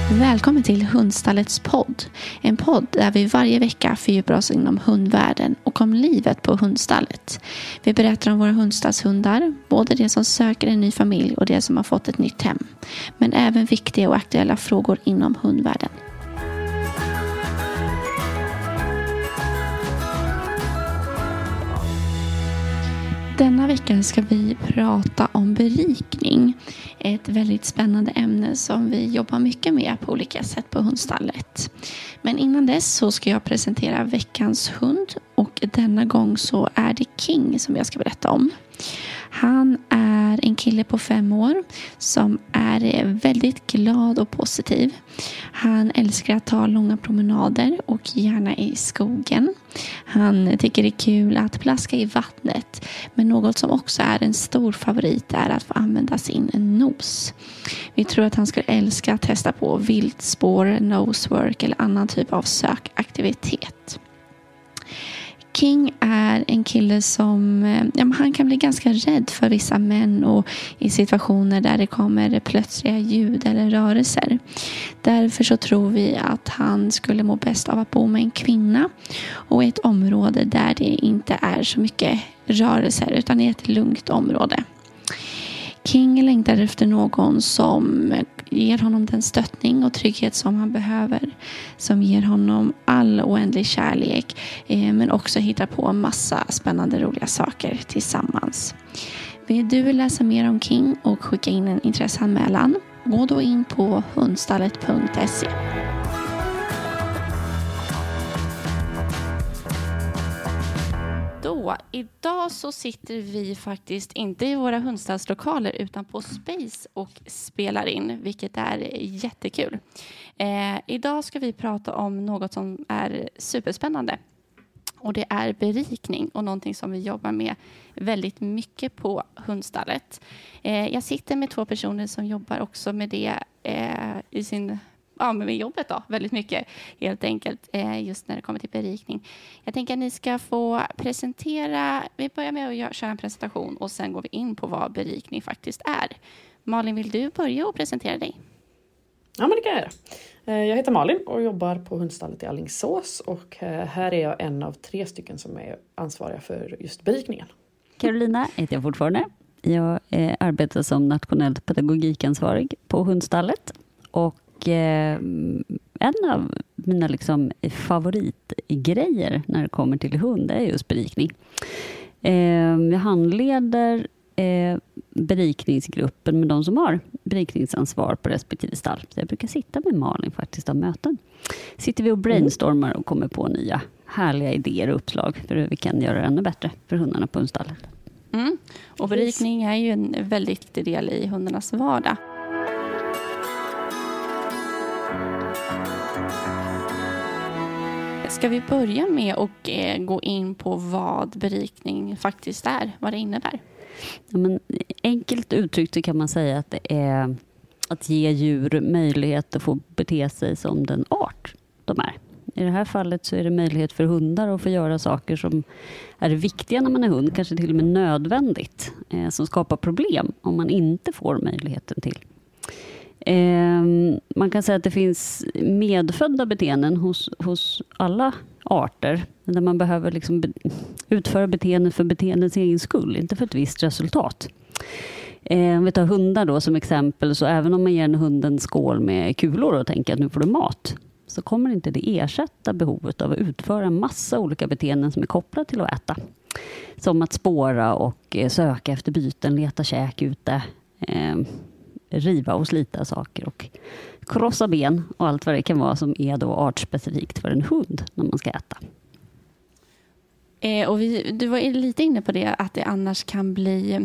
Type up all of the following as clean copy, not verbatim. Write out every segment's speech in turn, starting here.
Välkommen till Hundstallets podd. En podd där vi varje vecka fördjupar oss inom hundvärlden och om livet på hundstallet. Vi berättar om våra hundstallshundar, både det som söker en ny familj och det som har fått ett nytt hem. Men även viktiga och aktuella frågor inom hundvärlden. Denna vecka ska vi prata om berikning. Ett väldigt spännande ämne som vi jobbar mycket med på olika sätt på hundstallet. Men innan dess så ska jag presentera veckans hund. Och denna gång så är det King som jag ska berätta om. Han är en kille på 5 år som är väldigt glad och positiv. Han älskar att ta långa promenader och gärna i skogen. Han tycker det är kul att plaska i vattnet. Men något som också är en stor favorit är att få använda sin nos. Vi tror att han skulle älska att testa på viltspår, nosework eller annan typ av sökaktivitet. King är en kille som han kan bli ganska rädd för vissa män och i situationer där det kommer plötsliga ljud eller rörelser. Därför så tror vi att han skulle må bäst av att bo med en kvinna och i ett område där det inte är så mycket rörelser utan i ett lugnt område. King längtar efter någon som ger honom den stöttning och trygghet som han behöver. Som ger honom all oändlig kärlek. Men också hittar på en massa spännande roliga saker tillsammans. Vill du läsa mer om King och skicka in en intresseanmälan? Gå då in på hundstallet.se. Idag så sitter vi faktiskt inte i våra hundstallslokaler utan på Space och spelar in, vilket är jättekul. Idag ska vi prata om något som är superspännande och det är berikning och någonting som vi jobbar med väldigt mycket på hundstallet. Jag sitter med 2 personer som jobbar också med det i sin... Ja, med jobbet då, väldigt mycket helt enkelt just när det kommer till berikning. Jag tänker att ni ska få presentera, vi börjar med att köra en presentation och sen går vi in på vad berikning faktiskt är. Malin, vill du börja och presentera dig? Ja, men det kan jag göra. Jag heter Malin och jobbar på hundstallet i Alingsås och här är jag en av 3 stycken som är ansvariga för just berikningen. Carolina heter jag fortfarande. Jag arbetar som nationellt pedagogikansvarig på hundstallet och en av mina favoritgrejer när det kommer till hund är just berikning. Jag handleder berikningsgruppen med de som har berikningsansvar på respektive stall. Så jag brukar sitta med Malin faktiskt av möten. Sitter vi och brainstormar och kommer på nya härliga idéer och uppslag för hur vi kan göra det ännu bättre för hundarna på hundstallet. Och berikning är ju en väldigt viktig del i hundarnas vardag. Ska vi börja med att gå in på vad berikning faktiskt är, vad det innebär? Ja, men enkelt uttryckt så kan man säga att det är att ge djur möjlighet att få bete sig som den art de är. I det här fallet så är det möjlighet för hundar att få göra saker som är viktiga när man är hund, kanske till och med nödvändigt, som skapar problem om man inte får möjligheten till. Man kan säga att det finns medfödda beteenden hos alla arter där man behöver utföra beteenden för beteendets egen skull, inte för ett visst resultat. Om vi tar hundar då som exempel, så även om man ger en hund en skål med kulor och tänker att nu får du mat, så kommer inte det ersätta behovet av att utföra en massa olika beteenden som är kopplade till att äta. Som att spåra och söka efter byten, leta käk ute, riva och slita saker och krossa ben och allt vad det kan vara som är då artspecifikt för en hund när man ska äta. Och du var lite inne på det, att det annars kan bli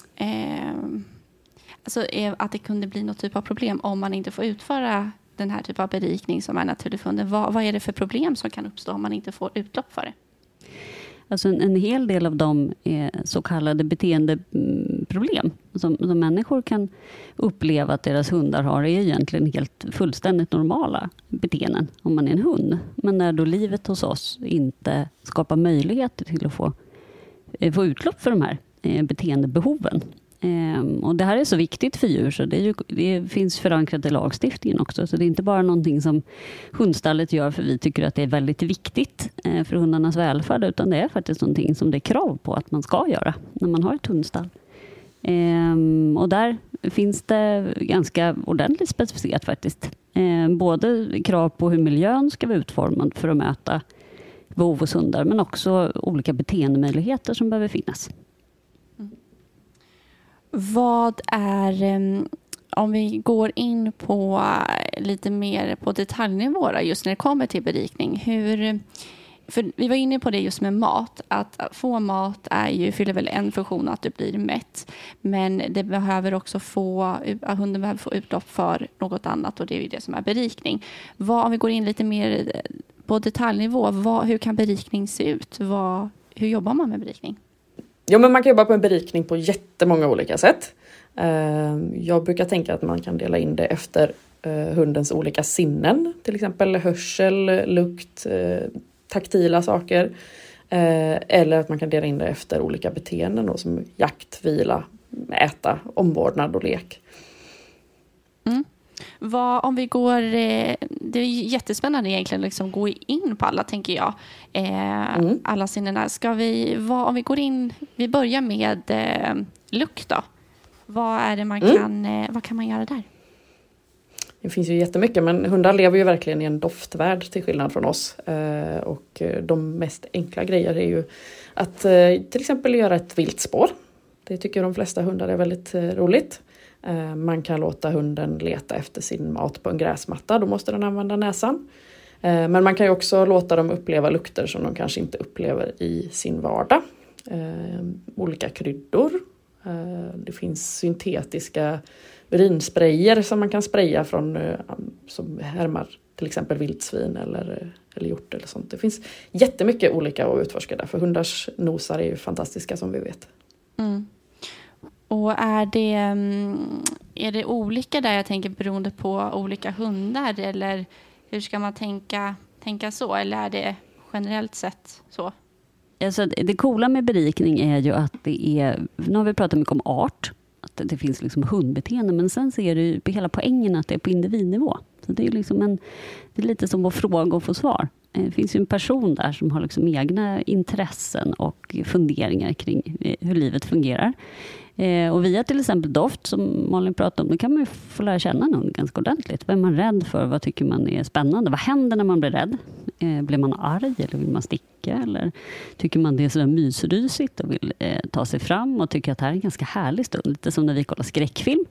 att det kunde bli något typ av problem om man inte får utföra den här typen av berikning som är naturlig för hunden. Vad är det för problem som kan uppstå om man inte får utlopp för det? Alltså en hel del av de så kallade beteendeproblem som människor kan uppleva att deras hundar har är egentligen helt fullständigt normala beteenden om man är en hund. Men när då livet hos oss inte skapar möjligheter till att få utlopp för de här beteendebehoven, Och det här är så viktigt för djur, så det finns förankrat i lagstiftningen också. Så det är inte bara någonting som hundstallet gör för vi tycker att det är väldigt viktigt för hundarnas välfärd, utan det är faktiskt någonting som det är krav på att man ska göra när man har ett hundstall. Och där finns det ganska ordentligt specificerat faktiskt. Både krav på hur miljön ska vara utformad för att möta behov hos hundar, men också olika beteendemöjligheter som behöver finnas. Vad är, om vi går in på lite mer på detaljnivå just när det kommer till berikning, för vi var inne på det just med mat, att få mat fyller väl en funktion att du blir mätt, men det behöver också hunden behöver få utlopp för något annat, och det är ju det som är berikning. Om vi går in lite mer på detaljnivå, hur kan berikning se ut? Hur jobbar man med berikning? Jo, men man kan jobba på en berikning på jättemånga olika sätt. Jag brukar tänka att man kan dela in det efter hundens olika sinnen. Till exempel hörsel, lukt, taktila saker. Eller att man kan dela in det efter olika beteenden då, som jakt, vila, äta, omvårdnad och lek. Om vi går, det är jättespännande egentligen liksom gå in på alla, tänker jag. Alla sinnena. Om vi går in, vi börjar med lukt då. Vad är det vad kan man göra där? Det finns ju jättemycket, men hundar lever ju verkligen i en doftvärld till skillnad från oss. Och de mest enkla grejer är ju att till exempel göra ett viltspår. Det tycker de flesta hundar är väldigt roligt. Man kan låta hunden leta efter sin mat på en gräsmatta. Då måste den använda näsan. Men man kan ju också låta dem uppleva lukter som de kanske inte upplever i sin vardag. Olika kryddor. Det finns syntetiska urinsprayer som man kan spraya från, som härmar till exempel vildsvin eller hjort eller sånt. Det finns jättemycket olika att utforska där. För hundars nosar är ju fantastiska, som vi vet. Och är det olika där, jag tänker, beroende på olika hundar, eller hur ska man tänka så, eller är det generellt sett så? Alltså, det coola med berikning är ju att nu har vi pratat mycket om art, att det finns liksom hundbeteende, men sen ser du på hela poängen att det är på individnivå. Så det är liksom det är lite som att fråga och få svar. Det finns ju en person där som har liksom egna intressen och funderingar kring hur livet fungerar. Och via till exempel doft, som Malin pratade om, då kan man ju få lära känna någon ganska ordentligt. Vad är man rädd för? Vad tycker man är spännande? Vad händer när man blir rädd? Blir man arg eller vill man sticka? Eller tycker man det är sådär mysrysigt och vill ta sig fram och tycker att det här är en ganska härlig stund? Lite som när vi kollar skräckfilm.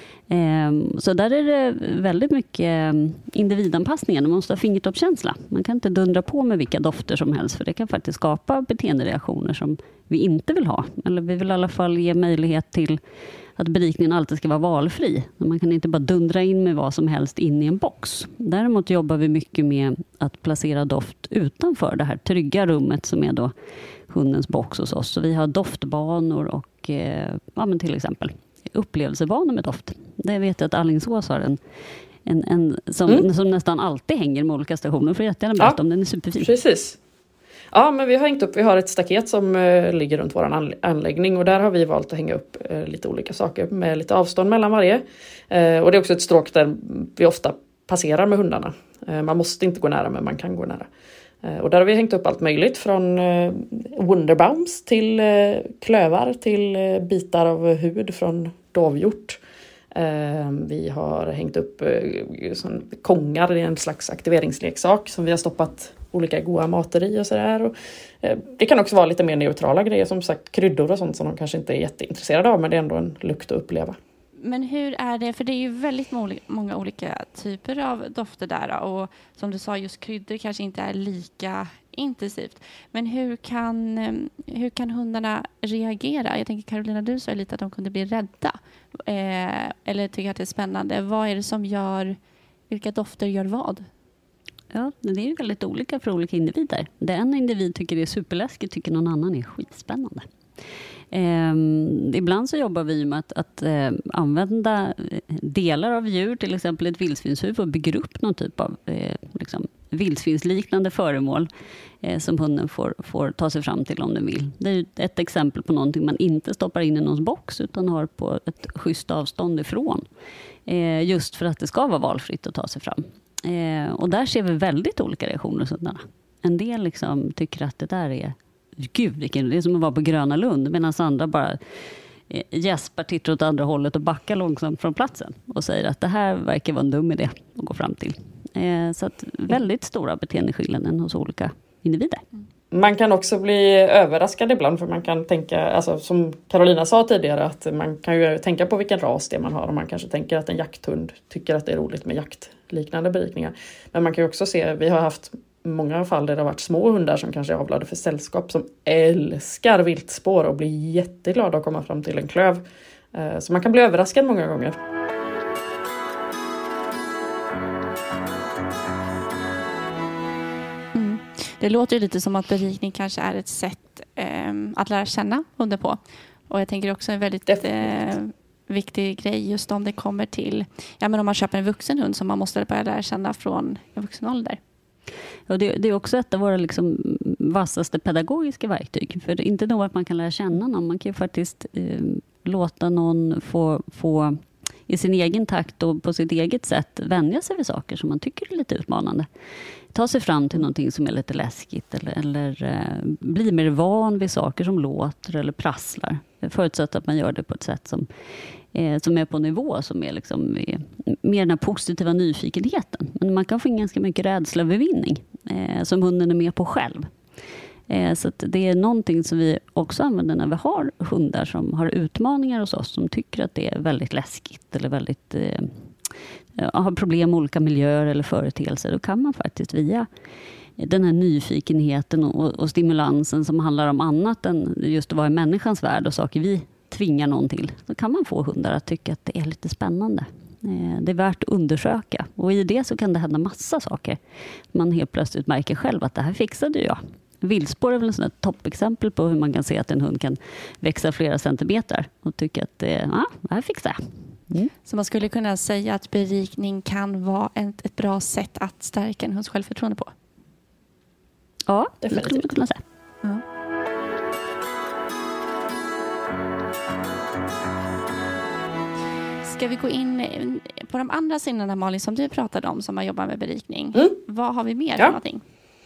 Så där är det väldigt mycket individanpassningar. Man måste ha fingertoppskänsla. Man kan inte dundra på med vilka dofter som helst, för det kan faktiskt skapa beteendereaktioner som vi inte vill ha. Eller vi vill i alla fall ge möjlighet till att berikningen alltid ska vara valfri. Man kan inte bara dundra in med vad som helst in i en box. Däremot jobbar vi mycket med att placera doft utanför det här trygga rummet som är då hundens box hos oss. Så vi har doftbanor och men till exempel upplevelsevanor med doft. Det vet jag att Alingsås har en som nästan alltid hänger med olika stationer. För jättegärna berätta om den är superfin. Precis. Ja, men vi har ett staket som ligger runt vår anläggning, och där har vi valt att hänga upp lite olika saker med lite avstånd mellan varje. Och det är också ett stråk där vi ofta passerar med hundarna. Man måste inte gå nära, men man kan gå nära. Och där har vi hängt upp allt möjligt från Wunderbaums till klövar till bitar av hud från dovhjort. Vi har hängt upp kongar, det är en slags aktiveringsleksak som vi har stoppat olika goda mater i och sådär. Det kan också vara lite mer neutrala grejer, som sagt kryddor och sånt som de kanske inte är jätteintresserade av, men det är ändå en lukt att uppleva. Men hur är det, för det är ju väldigt många olika typer av dofter där, och som du sa, just kryddor kanske inte är lika intensivt. Men hur kan hundarna reagera? Jag tänker, Carolina, du sa lite att de kunde bli rädda. Eller tycker att det är spännande. Vad är det som gör, vilka dofter gör vad? Ja, det är ju väldigt olika för olika individer. Det en individ tycker det är superläskigt, tycker någon annan är skitspännande. Ibland så jobbar vi med att använda delar av djur, till exempel ett vildsvinshuvud, och bygger upp någon typ av vildsvinsliknande föremål som hunden får ta sig fram till om den vill. Det är ett exempel på någonting man inte stoppar in i någons box utan har på ett schysst avstånd ifrån. Just för att det ska vara valfritt att ta sig fram. Och där ser vi väldigt olika reaktioner hos hundarna. En del liksom tycker att det där är det är som att vara på Gröna Lund, medan andra bara gäspar, tittar åt andra hållet och backar långsamt från platsen och säger att det här verkar vara en dum idé att gå fram till. Så att väldigt stora beteendeskillnader hos olika individer. Man kan också bli överraskad ibland, för man kan tänka, alltså som Carolina sa tidigare, att man kan ju tänka på vilken ras det man har, och man kanske tänker att en jakthund tycker att det är roligt med jaktliknande berikningar. Men man kan ju också se, vi har haft många fall där det har varit små hundar som kanske är avlade för sällskap, som älskar viltspår och blir jätteglada att komma fram till en klöv. Så man kan bli överraskad många gånger. Det låter ju lite som att berikning kanske är ett sätt att lära känna hunden på. Och jag tänker också en väldigt viktig grej just om det kommer till, men om man köper en vuxen hund som man måste börja lära känna från en vuxen ålder. Och det är också ett av våra liksom vassaste pedagogiska verktyg. För det är inte nog att man kan lära känna någon. Man kan ju faktiskt låta någon få i sin egen takt och på sitt eget sätt vänja sig vid saker som man tycker är lite utmanande. Ta sig fram till någonting som är lite läskigt eller bli mer van vid saker som låter eller prasslar. Förutsatt att man gör det på ett sätt som är på nivå som är liksom mer den här positiva nyfikenheten. Men man kan få in ganska mycket rädslaövervinning som hunden är med på själv. Så att det är någonting som vi också använder när vi har hundar som har utmaningar hos oss, som tycker att det är väldigt läskigt eller väldigt har problem med olika miljöer eller företeelser. Då kan man faktiskt via den här nyfikenheten och stimulansen som handlar om annat än just att vara i människans värld och saker vi tvingar någon till, så kan man få hundar att tycka att det är lite spännande. Det är värt att undersöka. Och i det så kan det hända massa saker. Man helt plötsligt märker själv att det här fixade jag. Viltspår är väl en sån ett toppexempel på hur man kan se att en hund kan växa flera centimeter och tycka att det här fixar jag. Så man skulle kunna säga att berikning kan vara ett bra sätt att stärka en hunds självförtroende på? Ja, det skulle man kunna säga. Ja. Ska vi gå in på de andra sidorna, Malin, som du pratade om, som har jobbat med berikning? Vad har vi mer för någonting?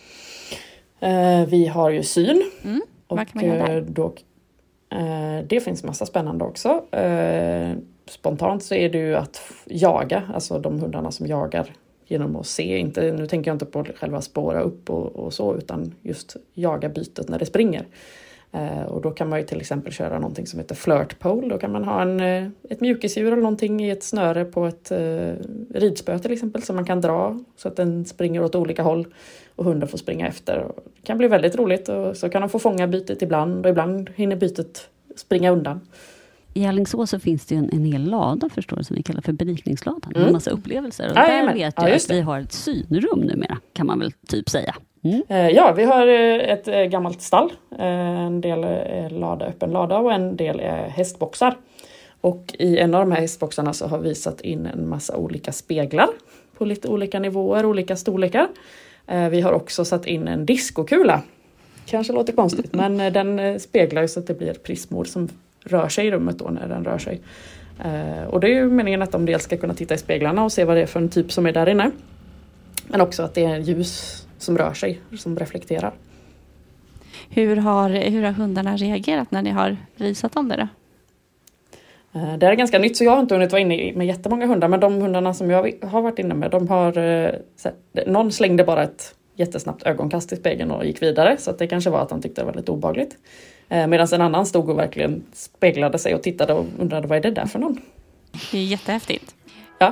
Vi har ju syn. Vad kan man göra där? Det finns massa spännande också. Spontant så är det ju att jaga, alltså de hundarna som jagar genom att se. Nu tänker jag inte på själva spåra upp och så, utan just jaga bytet när det springer. Och då kan man ju till exempel köra någonting som heter flirt pole. Då kan man ha ett mjukisdjur eller någonting i ett snöre på ett ridspö till exempel, som man kan dra så att den springer åt olika håll och hunden får springa efter. Och det kan bli väldigt roligt, och så kan de få fånga bytet ibland, och ibland hinner bytet springa undan. I Alingsås så finns det ju en hel lada, förstår du, som vi kallar för berikningsladan. En massa upplevelser. Och där vet jag att vi har ett synrum numera, kan man väl typ säga. Ja, vi har ett gammalt stall. En del är öppen lada och en del är hästboxar. Och i en av de här hästboxarna så har vi satt in en massa olika speglar på lite olika nivåer, olika storlekar. Vi har också satt in en diskokula. Kanske låter konstigt, men den speglar ju så att det blir prismor som rör sig i rummet då när den rör sig. Och det är ju meningen att de dels ska kunna titta i speglarna och se vad det är för en typ som är där inne. Men också att det är ljus som rör sig, som reflekterar. Hur har hundarna reagerat när ni har visat om det då? Det är ganska nytt, så jag har inte hunnit vara inne med jättemånga hundar. Men de hundarna som jag har varit inne med, någon slängde bara ett jättesnabbt ögonkast i spegeln och gick vidare. Så att det kanske var att han tyckte det var lite obehagligt. Medan en annan stod och verkligen speglade sig och tittade och undrade, vad är det där för någon? Det är jättehäftigt. Ja.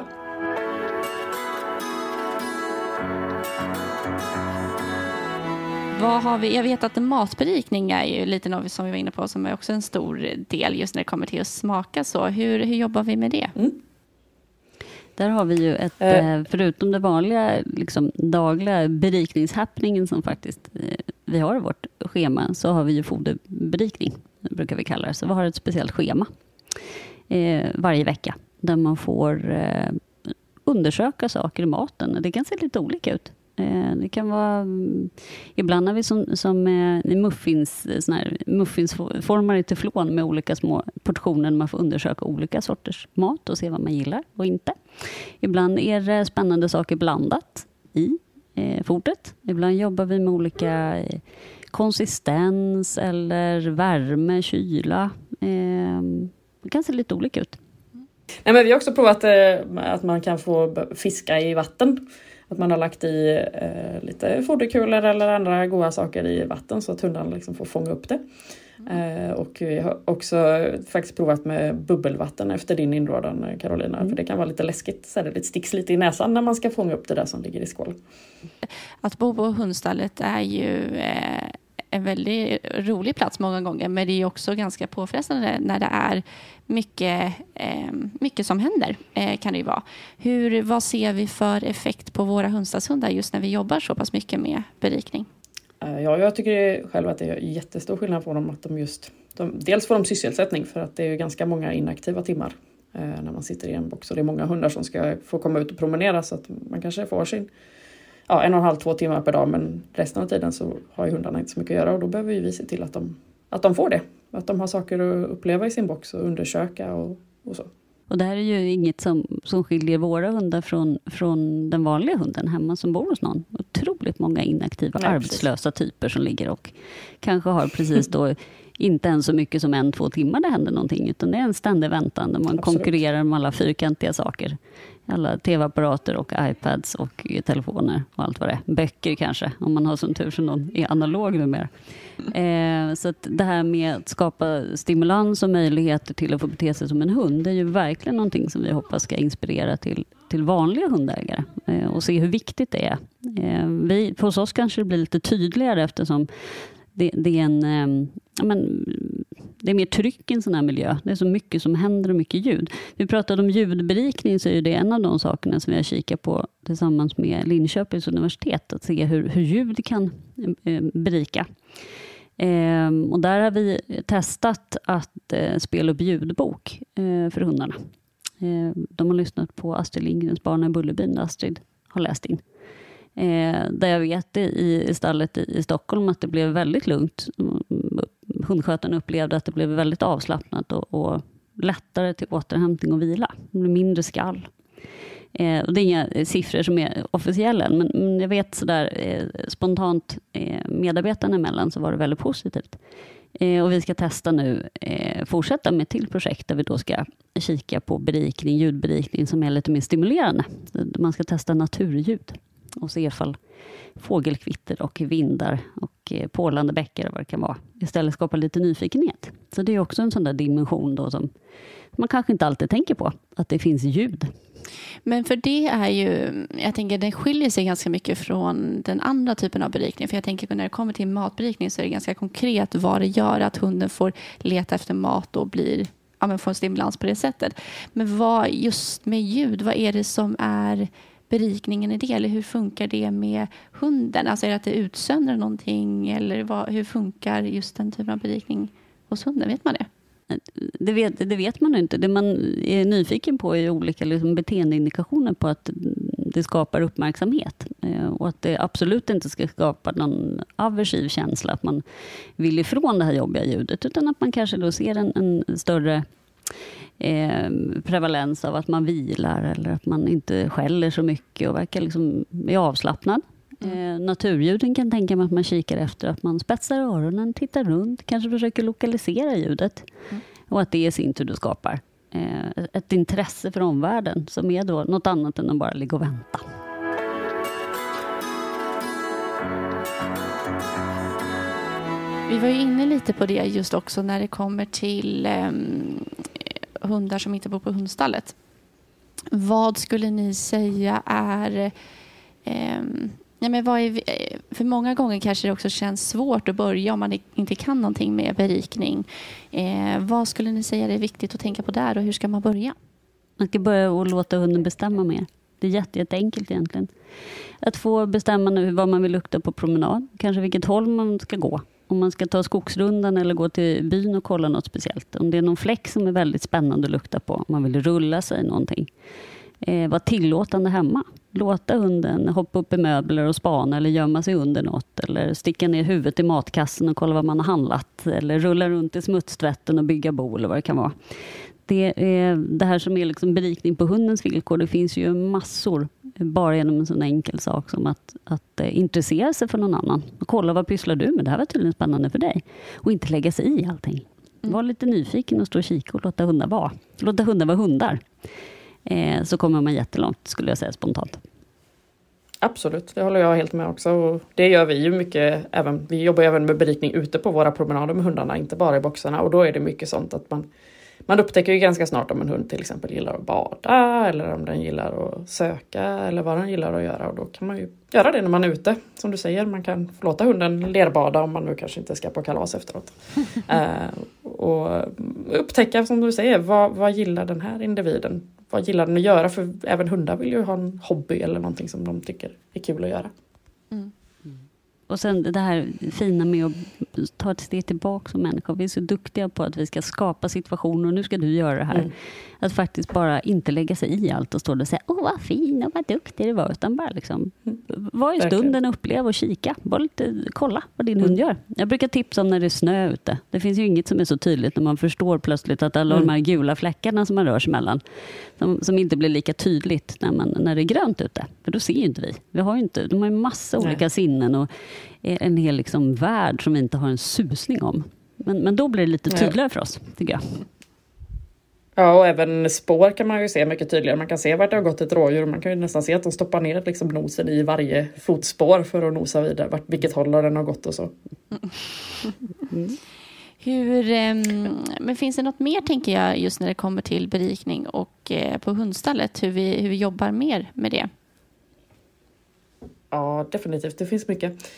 Vad har vi? Jag vet att matberikning är ju lite något som vi var inne på, som är också en stor del just när det kommer till att smaka. Så hur jobbar vi med det? Där har vi ju förutom det vanliga liksom, dagliga berikningshappeningen som faktiskt vi har i vårt schema, så har vi ju foderberikning, brukar vi kalla det. Så vi har ett speciellt schema varje vecka där man får undersöka saker i maten. Det kan se lite olika ut. Det kan vara, ibland har vi som muffinsformar i teflon med olika små portioner. Man får undersöka olika sorters mat och se vad man gillar och inte. Ibland är det spännande saker blandat i fodet. Ibland jobbar vi med olika konsistens eller värme, kyla. Det kan se lite olika ut. Nej, men vi har också provat att man kan få fiska i vatten. Att man har lagt i lite foderkulor eller andra goda saker i vatten så att hundarna liksom får fånga upp det. Och jag har också faktiskt provat med bubbelvatten efter din inrådan, Carolina. För det kan vara lite läskigt, så det sticks lite i näsan när man ska fånga upp det där som ligger i skål. Att bo på hundstallet är ju en väldigt rolig plats många gånger, men det är också ganska påfrestande när det är mycket som händer, kan det ju vara. Vad ser vi för effekt på våra hundstallshundar just när vi jobbar så pass mycket med berikning? Ja, jag tycker själv att det är jättestor skillnad på dem. Att dels får de sysselsättning, för att det är ganska många inaktiva timmar när man sitter i en box. Och det är många hundar som ska få komma ut och promenera, så att man kanske får sin 1,5-2 timmar per dag. Men resten av tiden så har ju hundarna inte så mycket att göra, och då behöver vi se till att de får det. Att de har saker att uppleva i sin box och undersöka och så. Och det här är ju inget som skiljer våra hundar från den vanliga hunden hemma som bor hos någon. Otroligt många inaktiva, arbetslösa typer som ligger och kanske har precis då inte ens så mycket som 1-2 timmar det händer någonting, utan det är en ständig väntan där man konkurrerar med alla fyrkantiga saker. Alla tv-apparater och iPads och telefoner och allt vad det är. Böcker kanske, om man har sån tur som någon är analog numera. Så att det här med att skapa stimulans och möjligheter till att få bete sig som en hund, det är ju verkligen någonting som vi hoppas ska inspirera till vanliga hundägare och se hur viktigt det är. Hos oss kanske det blir lite tydligare eftersom det är mer tryck i en sån här miljö. Det är så mycket som händer och mycket ljud. Vi pratade om ljudberikning, så är det en av de sakerna som vi har kikat på tillsammans med Linköpings universitet. Att se hur ljud kan berika. Och där har vi testat att spela upp ljudbok för hundarna. De har lyssnat på Astrid Lindgrens Barn i Bullerbyn, där Astrid har läst in. Där jag vet i stallet i Stockholm att det blev väldigt lugnt. Hundskötaren upplevde att det blev väldigt avslappnat och lättare till återhämtning och vila. Det blev mindre skall. Och det är inga siffror som är officiella, men jag vet sådär spontant medarbetarna emellan så var det väldigt positivt. Och vi ska testa nu, fortsätta med till projekt där vi då ska kika på berikning, ljudberikning som är lite mer stimulerande. Man ska testa naturljud och se ifall fågelkvitter och vindar och pålande bäckar och vad det kan vara istället skapa lite nyfikenhet. Så det är också en sån där dimension då som man kanske inte alltid tänker på, att det finns ljud. Men för det är ju, jag tänker det skiljer sig ganska mycket från den andra typen av berikning. För jag tänker när det kommer till matberikning så är det ganska konkret vad det gör att hunden får leta efter mat och får en stimulans på det sättet. Men vad just med ljud, vad är det som är berikningen i det? Eller hur funkar det med hunden? Alltså är det att det utsöndrar någonting? Eller hur funkar just den typen av berikning hos hunden? Vet man det? Det vet man inte. Det man är nyfiken på är olika beteendeindikationer på att det skapar uppmärksamhet. Och att det absolut inte ska skapa någon aversiv känsla att man vill ifrån det här jobbiga ljudet. Utan att man kanske då ser en större prevalens av att man vilar eller att man inte skäller så mycket och verkar är avslappnad. Naturljuden kan tänka mig att man kikar efter att man spetsar öronen, tittar runt, kanske försöker lokalisera ljudet och att det i sin tur skapar ett intresse för omvärlden som är då något annat än att bara ligga och vänta. Vi var ju inne lite på det just också när det kommer till hundar som inte bor på hundstallet. Vad skulle ni säga är för många gånger kanske det också känns svårt att börja om man inte kan någonting med berikning. Vad skulle ni säga är viktigt att tänka på där och hur ska man börja? Man ska börja och låta hunden bestämma mer. Det är jätteenkelt egentligen. Att få bestämma nu vad man vill lukta på promenad. Kanske vilket håll man ska gå. Om man ska ta skogsrundan eller gå till byn och kolla något speciellt. Om det är någon fläck som är väldigt spännande att lukta på. Om man vill rulla sig någonting. Var tillåtande hemma. Låta hunden hoppa upp i möbler och spana eller gömma sig under något. Eller sticka ner huvudet i matkassen och kolla vad man har handlat. Eller rulla runt i smutstvätten och bygga bo eller vad det kan vara. Det är det här som är liksom berikning på hundens villkor. Det finns ju massor bara genom en sån enkel sak som att intressera sig för någon annan. Och kolla, vad pysslar du med? Det här var tydligen spännande för dig. Och inte lägga sig i allting. Var lite nyfiken och stå och kika och låta hundar vara. Låta hundar vara hundar. Så kommer man jättelångt, skulle jag säga spontant. Absolut, det håller jag helt med också. Och det gör vi ju mycket. Vi jobbar även med berikning ute på våra promenader med hundarna, inte bara i boxarna. Och då är det mycket sånt att man upptäcker ju ganska snart om en hund till exempel gillar att bada eller om den gillar att söka eller vad den gillar att göra. Och då kan man ju göra det när man är ute. Som du säger, man kan låta hunden lerbada om man nu kanske inte ska på kalas efteråt. Och upptäcka, som du säger, vad gillar den här individen? Vad gillar den att göra? För även hundar vill ju ha en hobby eller någonting som de tycker är kul att göra. Mm. Och sen det här fina med att ta ett steg tillbaka som människa. Vi är så duktiga på att vi ska skapa situationer och nu ska du göra det här. Mm. Att faktiskt bara inte lägga sig i allt och stå och säga vad fin och vad duktig det var. Utan bara liksom vara i stunden och uppleva och kika. Bara lite kolla vad din hund gör. Jag brukar tipsa om när det är snö ute. Det finns ju inget som är så tydligt när man förstår plötsligt att alla de här gula fläckarna som man rör sig mellan. Som inte blir lika tydligt när det är grönt ute. För då ser ju inte vi. De har ju massa olika sinnen och en hel liksom värld som vi inte har en susning om. Men då blir det lite tydligare för oss, tycker jag. Ja, och även spår kan man ju se mycket tydligare. Man kan se vart det har gått ett rådjur. Man kan ju nästan se att de stoppar ner liksom nosen i varje fotspår för att nosa vidare vilket håll den har gått och så. Men finns det något mer, tänker jag, just när det kommer till berikning och på hundstallet? Hur vi jobbar mer med det? Ja, definitivt. Det finns mycket.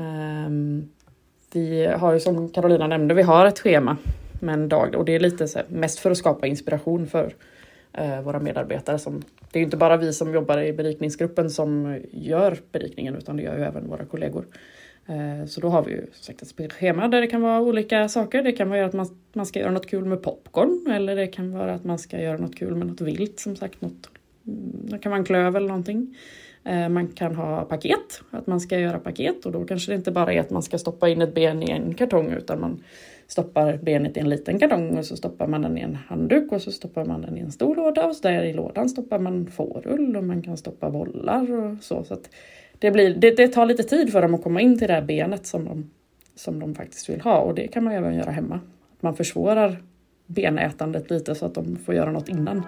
Vi har ju, som Carolina nämnde, vi har ett schema med en dag. Och det är lite så här, mest för att skapa inspiration för våra medarbetare. Det är ju inte bara vi som jobbar i berikningsgruppen som gör berikningen, utan det gör ju även våra kollegor. Så då har vi ju sagt ett schema där det kan vara olika saker. Det kan vara att man ska göra något kul med popcorn. Eller det kan vara att man ska göra något kul med något vilt. Som sagt, det kan vara en klöv eller någonting. Man kan ha paket. Att man ska göra paket. Och då kanske det inte bara är att man ska stoppa in ett ben i en kartong. Utan man stoppar benet i en liten kartong. Och så stoppar man den i en handduk. Och så stoppar man den i en stor låda. Och så där i lådan stoppar man fårull. Och man kan stoppa bollar och så. Så att det tar lite tid för dem att komma in till det här benet som de faktiskt vill ha. Och det kan man även göra hemma. Man försvårar benätandet lite så att de får göra något innan.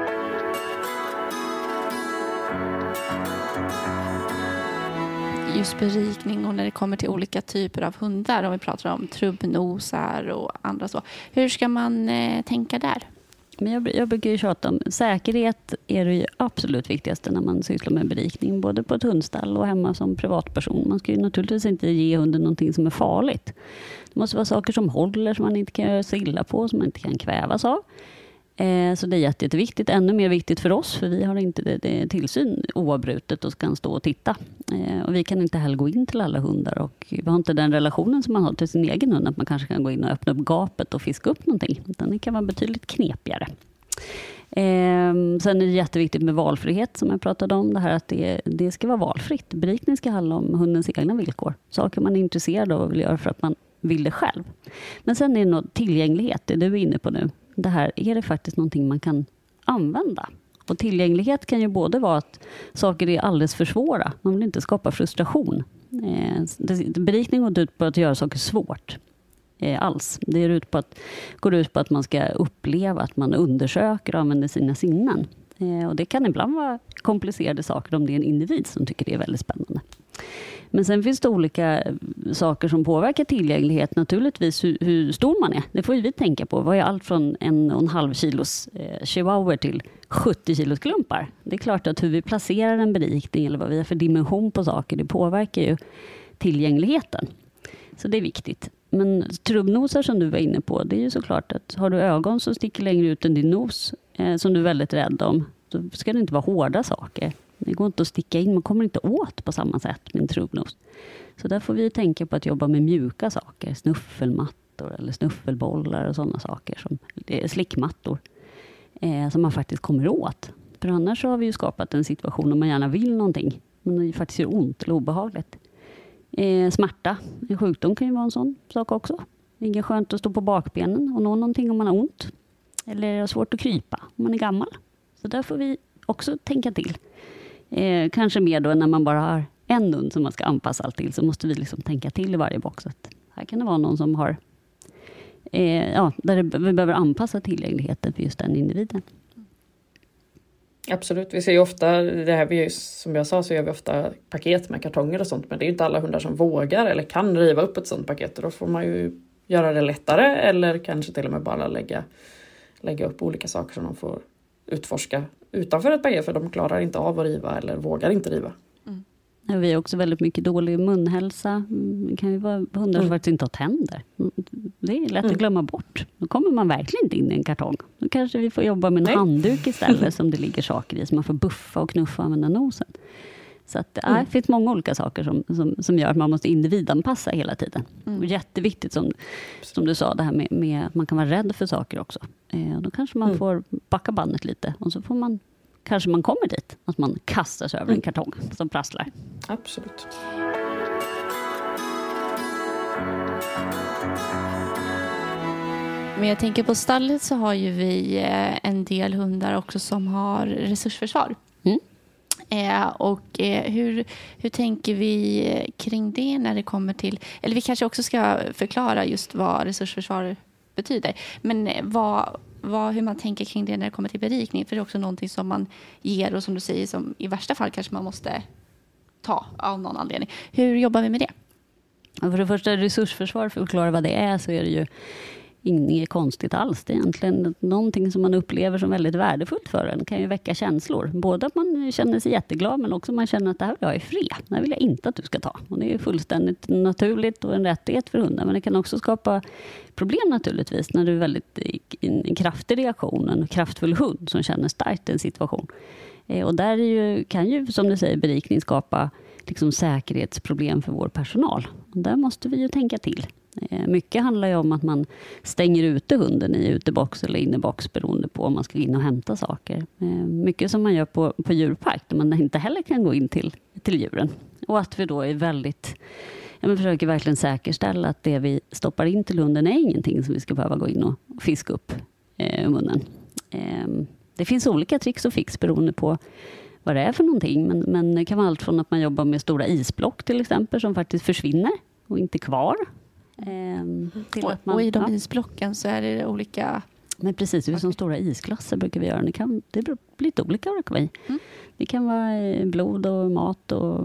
Just berikning och när det kommer till olika typer av hundar. Om vi pratar om trubbnosar och andra så. Hur ska man tänka där? Men jag brukar ju tjata om säkerhet är det ju absolut viktigaste när man sysslar med berikning. Både på ett hundstall och hemma som privatperson. Man ska ju naturligtvis inte ge hunden någonting som är farligt. Det måste vara saker som håller, som man inte kan göra sig illa på, som man inte kan kvävas av. Så det är jätteviktigt. Ännu mer viktigt för oss, för vi har inte det tillsyn oavbrutet och kan stå och titta. Och vi kan inte heller gå in till alla hundar. Och vi har inte den relationen som man har till sin egen hund, att man kanske kan gå in och öppna upp gapet och fiska upp någonting. Utan det kan vara betydligt knepigare. Sen är det jätteviktigt med valfrihet, som jag pratade om. Det här att det ska vara valfritt. Berikning ska handla om hundens egna villkor. Saker man är intresserad av och vill göra för att man vill det själv. Men sen är det något tillgänglighet, det du är inne på nu. Det här är det faktiskt någonting man kan använda. Och tillgänglighet kan ju både vara att saker är alldeles för svåra. Man vill inte skapa frustration. Berikning går ut på att göra saker svårt. Alls. Det går ut på att man ska uppleva att man undersöker och använder sina sinnen. Och det kan ibland vara komplicerade saker om det är en individ som tycker det är väldigt spännande. Men sen finns det olika saker som påverkar tillgänglighet. Naturligtvis hur stor man är. Det får ju vi tänka på. Vad är allt från 1,5 kilos chihuahua till 70 kilos klumpar? Det är klart att hur vi placerar en berikning eller vad vi har för dimension på saker, det påverkar ju tillgängligheten. Så det är viktigt. Men trubbnosar som du var inne på, det är ju såklart att har du ögon som sticker längre ut än din nos som du är väldigt rädd om, då ska det inte vara hårda saker. Det går inte att sticka in, man kommer inte åt på samma sätt med en trubbnos. Så där får vi tänka på att jobba med mjuka saker, snuffelmattor eller snuffelbollar och sådana saker, som slickmattor som man faktiskt kommer åt. För annars så har vi ju skapat en situation om man gärna vill någonting, men det faktiskt gör ont eller obehagligt. Smärta, en sjukdom kan ju vara en sån sak också. Det är inget skönt att stå på bakbenen och nå någonting om man har ont. Eller är det svårt att krypa om man är gammal. Så där får vi också tänka till. Kanske mer då när man bara har en hund som man ska anpassa allt till, så måste vi liksom tänka till i varje box. Här kan det vara någon som har där vi behöver anpassa tillgängligheten för just den individen. Absolut, vi ser ju ofta det här, som jag sa så gör vi ofta paket med kartonger och sånt, men det är inte alla hundar som vågar eller kan riva upp ett sånt paket, och då får man ju göra det lättare eller kanske till och med bara lägga upp olika saker som de får utforska utanför ett paket, för de klarar inte av att riva eller vågar inte riva. Vi har också väldigt mycket dålig munhälsa. Det kan ju vara hundar som faktiskt inte har tänder. Det är lätt att glömma bort. Då kommer man verkligen inte in i en kartong. Då kanske vi får jobba med en handduk istället som det ligger saker i. Så man får buffa och knuffa och använda nosen. Så att, det finns många olika saker som gör att man måste individanpassa hela tiden. Och jätteviktigt som du sa, det här med att man kan vara rädd för saker också. Då kanske man får backa bandet lite. Och så får man kanske man kommer dit, att man kastar sig över en kartong som prasslar. Absolut. Men jag tänker på stallet så har ju vi en del hundar också som har resursförsvar. Hur tänker vi kring det när det kommer till, eller vi kanske också ska förklara just vad resursförsvar betyder, men hur man tänker kring det när det kommer till berikning, för det är också någonting som man ger och som du säger, som i värsta fall kanske man måste ta av någon anledning. Hur jobbar vi med det? För det första, resursförsvar, för att förklara vad det är, så är det ju inget konstigt alls. Det är egentligen någonting som man upplever som väldigt värdefullt för en. Det kan ju väcka känslor. Både att man känner sig jätteglad, men också att man känner att det här vill jag i fred. Det här vill jag inte att du ska ta. Och det är fullständigt naturligt och en rättighet för hunden. Men det kan också skapa problem naturligtvis när det är väldigt en kraftig reaktion. En kraftfull hund som känner starkt en situation. Och där kan ju, som du säger, berikning skapa liksom säkerhetsproblem för vår personal. Och där måste vi ju tänka till. Mycket handlar ju om att man stänger ute hunden i utebox eller innebox beroende på om man ska in och hämta saker. Mycket som man gör på djurpark där man inte heller kan gå in till djuren. Och att vi då är väldigt, försöker verkligen säkerställa att det vi stoppar in till hunden är ingenting som vi ska behöva gå in och fiska upp munnen. Det finns olika tricks och fix beroende på vad det är för någonting. Men det kan vara allt från att man jobbar med stora isblock till exempel som faktiskt försvinner och inte kvar. Till att man, och i de isblocken så är det olika... Men precis, det är som stora isklasser brukar vi göra. Det blir lite olika vad det kan vara i. Det kan vara blod och mat och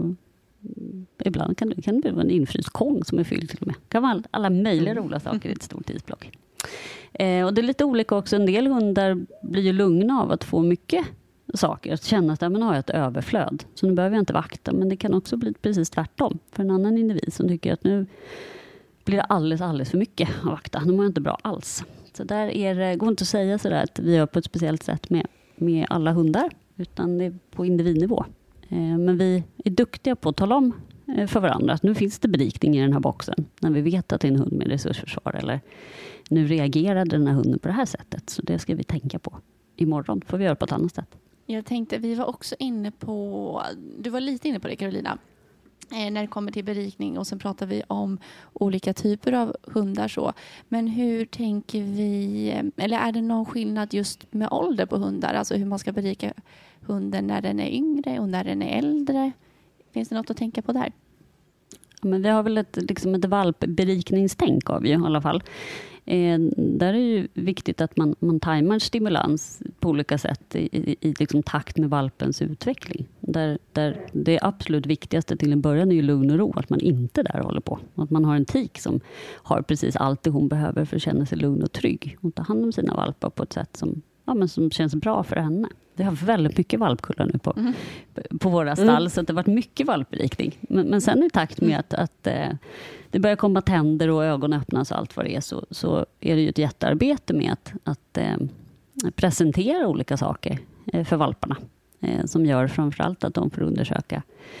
ibland kan det vara en infryst kong som är fylld till och med. Det kan vara alla möjliga roliga saker i ett stort isblock. Och det är lite olika också. En del hundar blir ju lugna av att få mycket saker. Att känna att man har ett överflöd. Så nu behöver jag inte vakta. Men det kan också bli precis tvärtom. För en annan individ som tycker att nu blir det alldeles för mycket att vakta. Nu mår jag inte bra alls. Så där går inte att säga sådär att vi gör på ett speciellt sätt med alla hundar. Utan det är på individnivå. Men vi är duktiga på att tala om för varandra att nu finns det berikning i den här boxen. När vi vet att det är en hund med resursförsvar. Eller nu reagerade den här hunden på det här sättet. Så det ska vi tänka på. Imorgon får vi göra på ett annat sätt. Jag tänkte, vi var också inne på, du var lite inne på det Carolina. När det kommer till berikning och sen pratar vi om olika typer av hundar så. Men hur tänker vi, eller är det någon skillnad just med ålder på hundar? Alltså hur man ska berika hunden när den är yngre och när den är äldre? Finns det något att tänka på där? Ja, men vi har väl ett valpberikningstänk av ju i alla fall. Där är det ju viktigt att man tajmar stimulans på olika sätt i liksom takt med valpens utveckling. Där det absolut viktigaste till en början är ju lugn och ro. Att man inte där håller på. Att man har en tik som har precis allt det hon behöver för att känna sig lugn och trygg. Och ta hand om sina valpar på ett sätt som känns bra för henne. Vi har väldigt mycket valpkullar nu på våra stall. Så det har varit mycket valpberikning. Men sen i takt med att det börjar komma tänder och ögon öppnas och allt vad det är. Så är det ju ett jättearbete med att presentera olika saker för valparna. Som gör framförallt att de får undersöka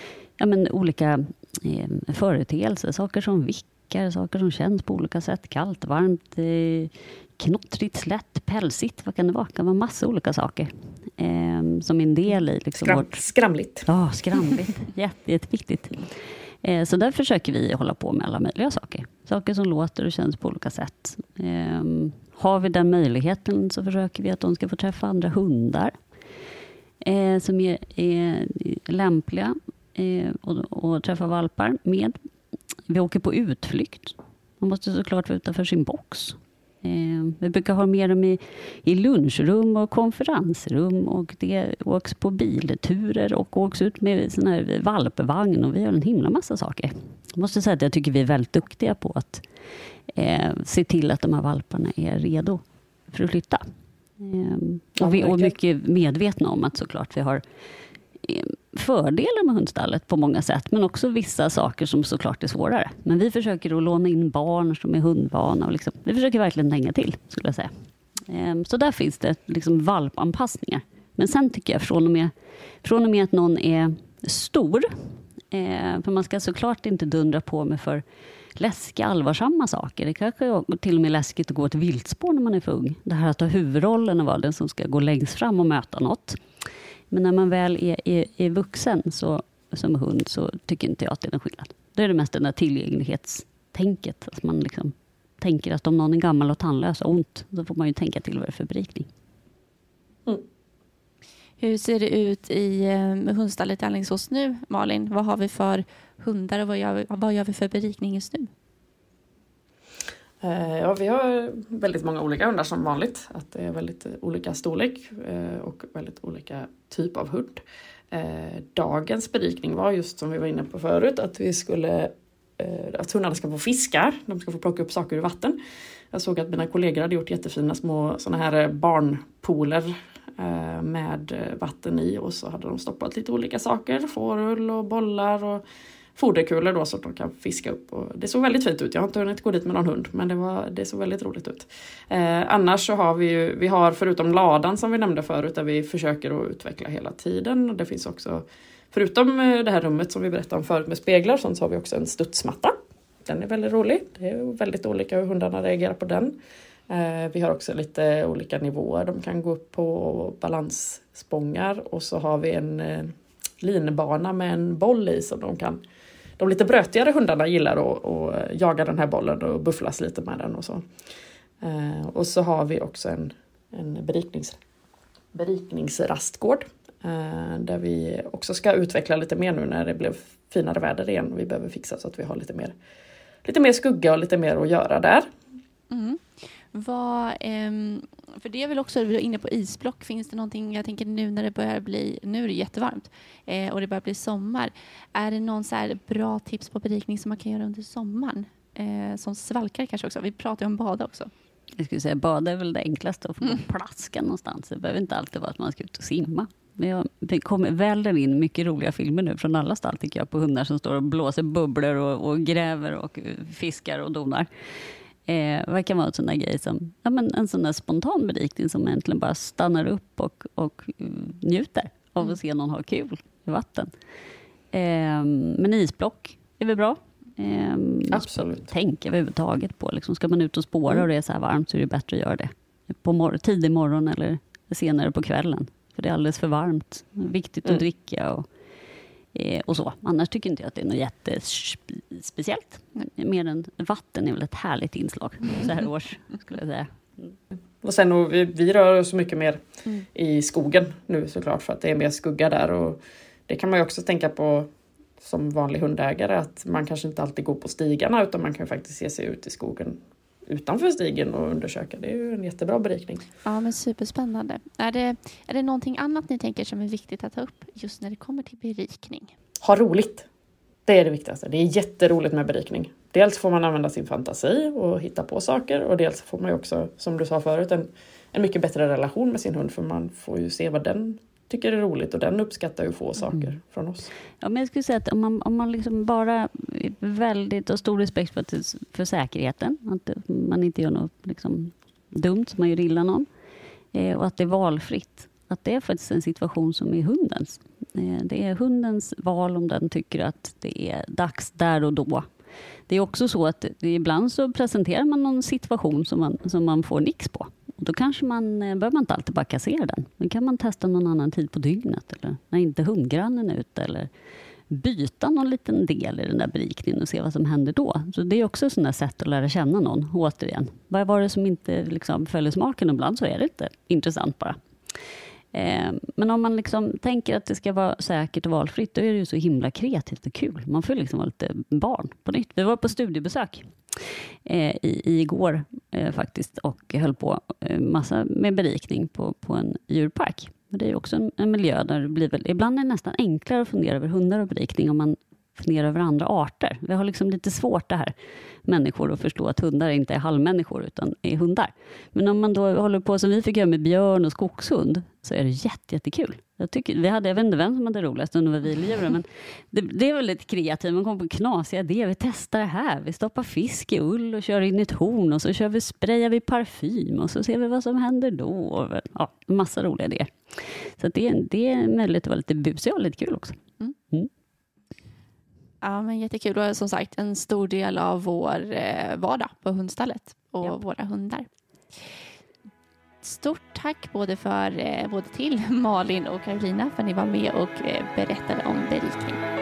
olika företeelser. Saker som vickar, saker som känns på olika sätt. Kallt, varmt, knottrigt, slätt, pälsigt. Vad kan det vara? Det kan vara massa olika saker. som en del i liksom skramligt. Ja, skramligt. Jätteviktigt. Så där försöker vi hålla på med alla möjliga saker. Saker som låter och känns på olika sätt. Har vi den möjligheten så försöker vi att de ska få träffa andra hundar som är lämpliga och träffa valpar med. Vi åker på utflykt. Man måste såklart vara utanför sin box. Vi brukar ha med dem i lunchrum och konferensrum, och det åks på bilturer och åks ut med sån här valpvagn, och vi gör en himla massa saker. Jag måste säga att jag tycker vi är väldigt duktiga på att se till att de här valparna är redo för att flytta. Och vi är mycket medvetna om att såklart vi har fördelar med hundstallet på många sätt, men också vissa saker som såklart är svårare. Men vi försöker att låna in barn som är hundvana och liksom, vi försöker verkligen hänga till, skulle jag säga. Så där finns det liksom valpanpassningar. Men sen tycker jag från och med att någon är stor, för man ska såklart inte dundra på med för läskiga, allvarsamma saker. Det kanske är till och med läskigt att gå ett viltspår när man är för ung. Det här att ta huvudrollen och vara den som ska gå längst fram och möta något. Men när man väl är vuxen som hund, så tycker inte jag att det är en skillnad. Det är det mest den där tillgänglighetstänket. Att man liksom tänker att om någon är gammal och tandlös och ont, då får man ju tänka till vad det är för berikning. Mm. Hur ser det ut i hundstallet i Alingsås nu, Malin? Vad har vi för hundar och vad gör vi för berikning just nu? Ja, vi har väldigt många olika hundar som vanligt. Att det är väldigt olika storlek och väldigt olika typ av hund. Dagens berikning var just som vi var inne på förut, att att hundarna ska få fiska. De ska få plocka upp saker ur vatten. Jag såg att mina kollegor hade gjort jättefina små såna här barnpooler med vatten i, och så hade de stoppat lite olika saker, fårull och bollar och foderkulor då, så att de kan fiska upp. Och det såg väldigt fint ut. Jag har inte hunnit gå dit med någon hund, men det såg väldigt roligt ut. Annars så har vi har förutom ladan som vi nämnde förut, där vi försöker att utveckla hela tiden. Och det finns också, förutom det här rummet som vi berättade om förut med speglar, så har vi också en studsmatta. Den är väldigt rolig. Det är väldigt olika hur hundarna reagerar på den. Vi har också lite olika nivåer. De kan gå upp på balansspångar, och så har vi en linbana med en boll i, som de lite brötigare hundarna gillar att jaga den här bollen och bufflas lite med den och så. Och så har vi också en berikningsrastgård där vi också ska utveckla lite mer nu när det blev finare väder igen, och vi behöver fixa så att vi har lite mer skugga och lite mer att göra där. Mm. För det är väl också, vi är inne på isblock, finns det någonting, jag tänker nu när det börjar bli, nu är det jättevarmt och det börjar bli sommar, är det någon så här bra tips på berikning som man kan göra under sommaren, som svalkar kanske också, vi pratar ju om bada också. Jag skulle säga bada är väl det enklaste, att få plaska någonstans. Det behöver inte alltid vara att man ska ut och simma. Men det kommer väller in mycket roliga filmer nu från alla stall, tycker jag, på hundar som står och blåser bubblor och gräver och fiskar och donar. Vad kan vara en sån där grej som en sån där spontan berikning som egentligen bara stannar upp och njuter av att se någon ha kul i vatten. Men isblock är väl bra. Absolut. Tänk överhuvudtaget på, liksom, ska man ut och spåra och det är så här varmt, så är det bättre att göra det på tidig morgon eller senare på kvällen. För det är alldeles för varmt. Viktigt att dricka och så. Annars tycker inte jag att det är något jättespeciellt. Mer än vatten är väl ett härligt inslag så här års, skulle jag säga. Och sen vi rör oss mycket mer i skogen nu såklart, för att det är mer skugga där, och det kan man ju också tänka på som vanlig hundägare, att man kanske inte alltid går på stigarna, utan man kan faktiskt se sig ut i skogen utanför stigen och undersöka. Det är ju en jättebra berikning. Ja, men superspännande. Är det någonting annat ni tänker som är viktigt att ta upp just när det kommer till berikning? Ha roligt. Det är det viktigaste. Det är jätteroligt med berikning. Dels får man använda sin fantasi och hitta på saker, och dels får man ju också, som du sa förut, en mycket bättre relation med sin hund, för man får ju se vad den tycker är roligt, och den uppskattar ju få saker från oss. Ja, men jag skulle säga att om man liksom bara väldigt och stor respekt för säkerheten, att man inte gör något liksom dumt som man gör illa någon, och att det är valfritt, att det är faktiskt en situation som är hundens. Det är hundens val om den tycker att det är dags där och då. Det är också så att ibland så presenterar man någon situation som man får nix på. Då kanske behöver man inte alltid bara kassera den. Då kan man testa någon annan tid på dygnet, eller när inte hundgrannen är ute, eller byta någon liten del i den där berikningen och se vad som händer då. Så det är också ett sådant där sätt att lära känna någon, återigen. Vad var det som inte liksom följer smaken? Ibland så är det inte intressant bara. Men om man liksom tänker att det ska vara säkert och valfritt, då är det ju så himla kreativt och kul. Man får liksom vara lite barn på nytt. Vi var på studiebesök igår faktiskt och höll på massa med berikning på en djurpark. Det är ju också en miljö där det blir väl, ibland är det nästan enklare att fundera över hundar och berikning om man funderar över andra arter. Vi har liksom lite svårt det här, människor, att förstå att hundar inte är halvmänniskor utan är hundar. Men om man då håller på som vi fick göra med björn och skogshund, så är det jättekul. Jag vet inte vem som hade roligast under vad vi lever, men det är väldigt kreativt. Man kommer på knasiga idéer. Vi testar det här. Vi stoppar fisk i ull och kör in i ett horn, och så sprayar vi parfym och så ser vi vad som händer då. Ja, massa roliga idéer. Så det är möjligt att vara lite busig och lite kul också. Mm. Ja, men jättekul. Och som sagt, en stor del av vår vardag på hundstallet och våra hundar. Stort tack både till Malin och Carolina för att ni var med och berättade om berikning.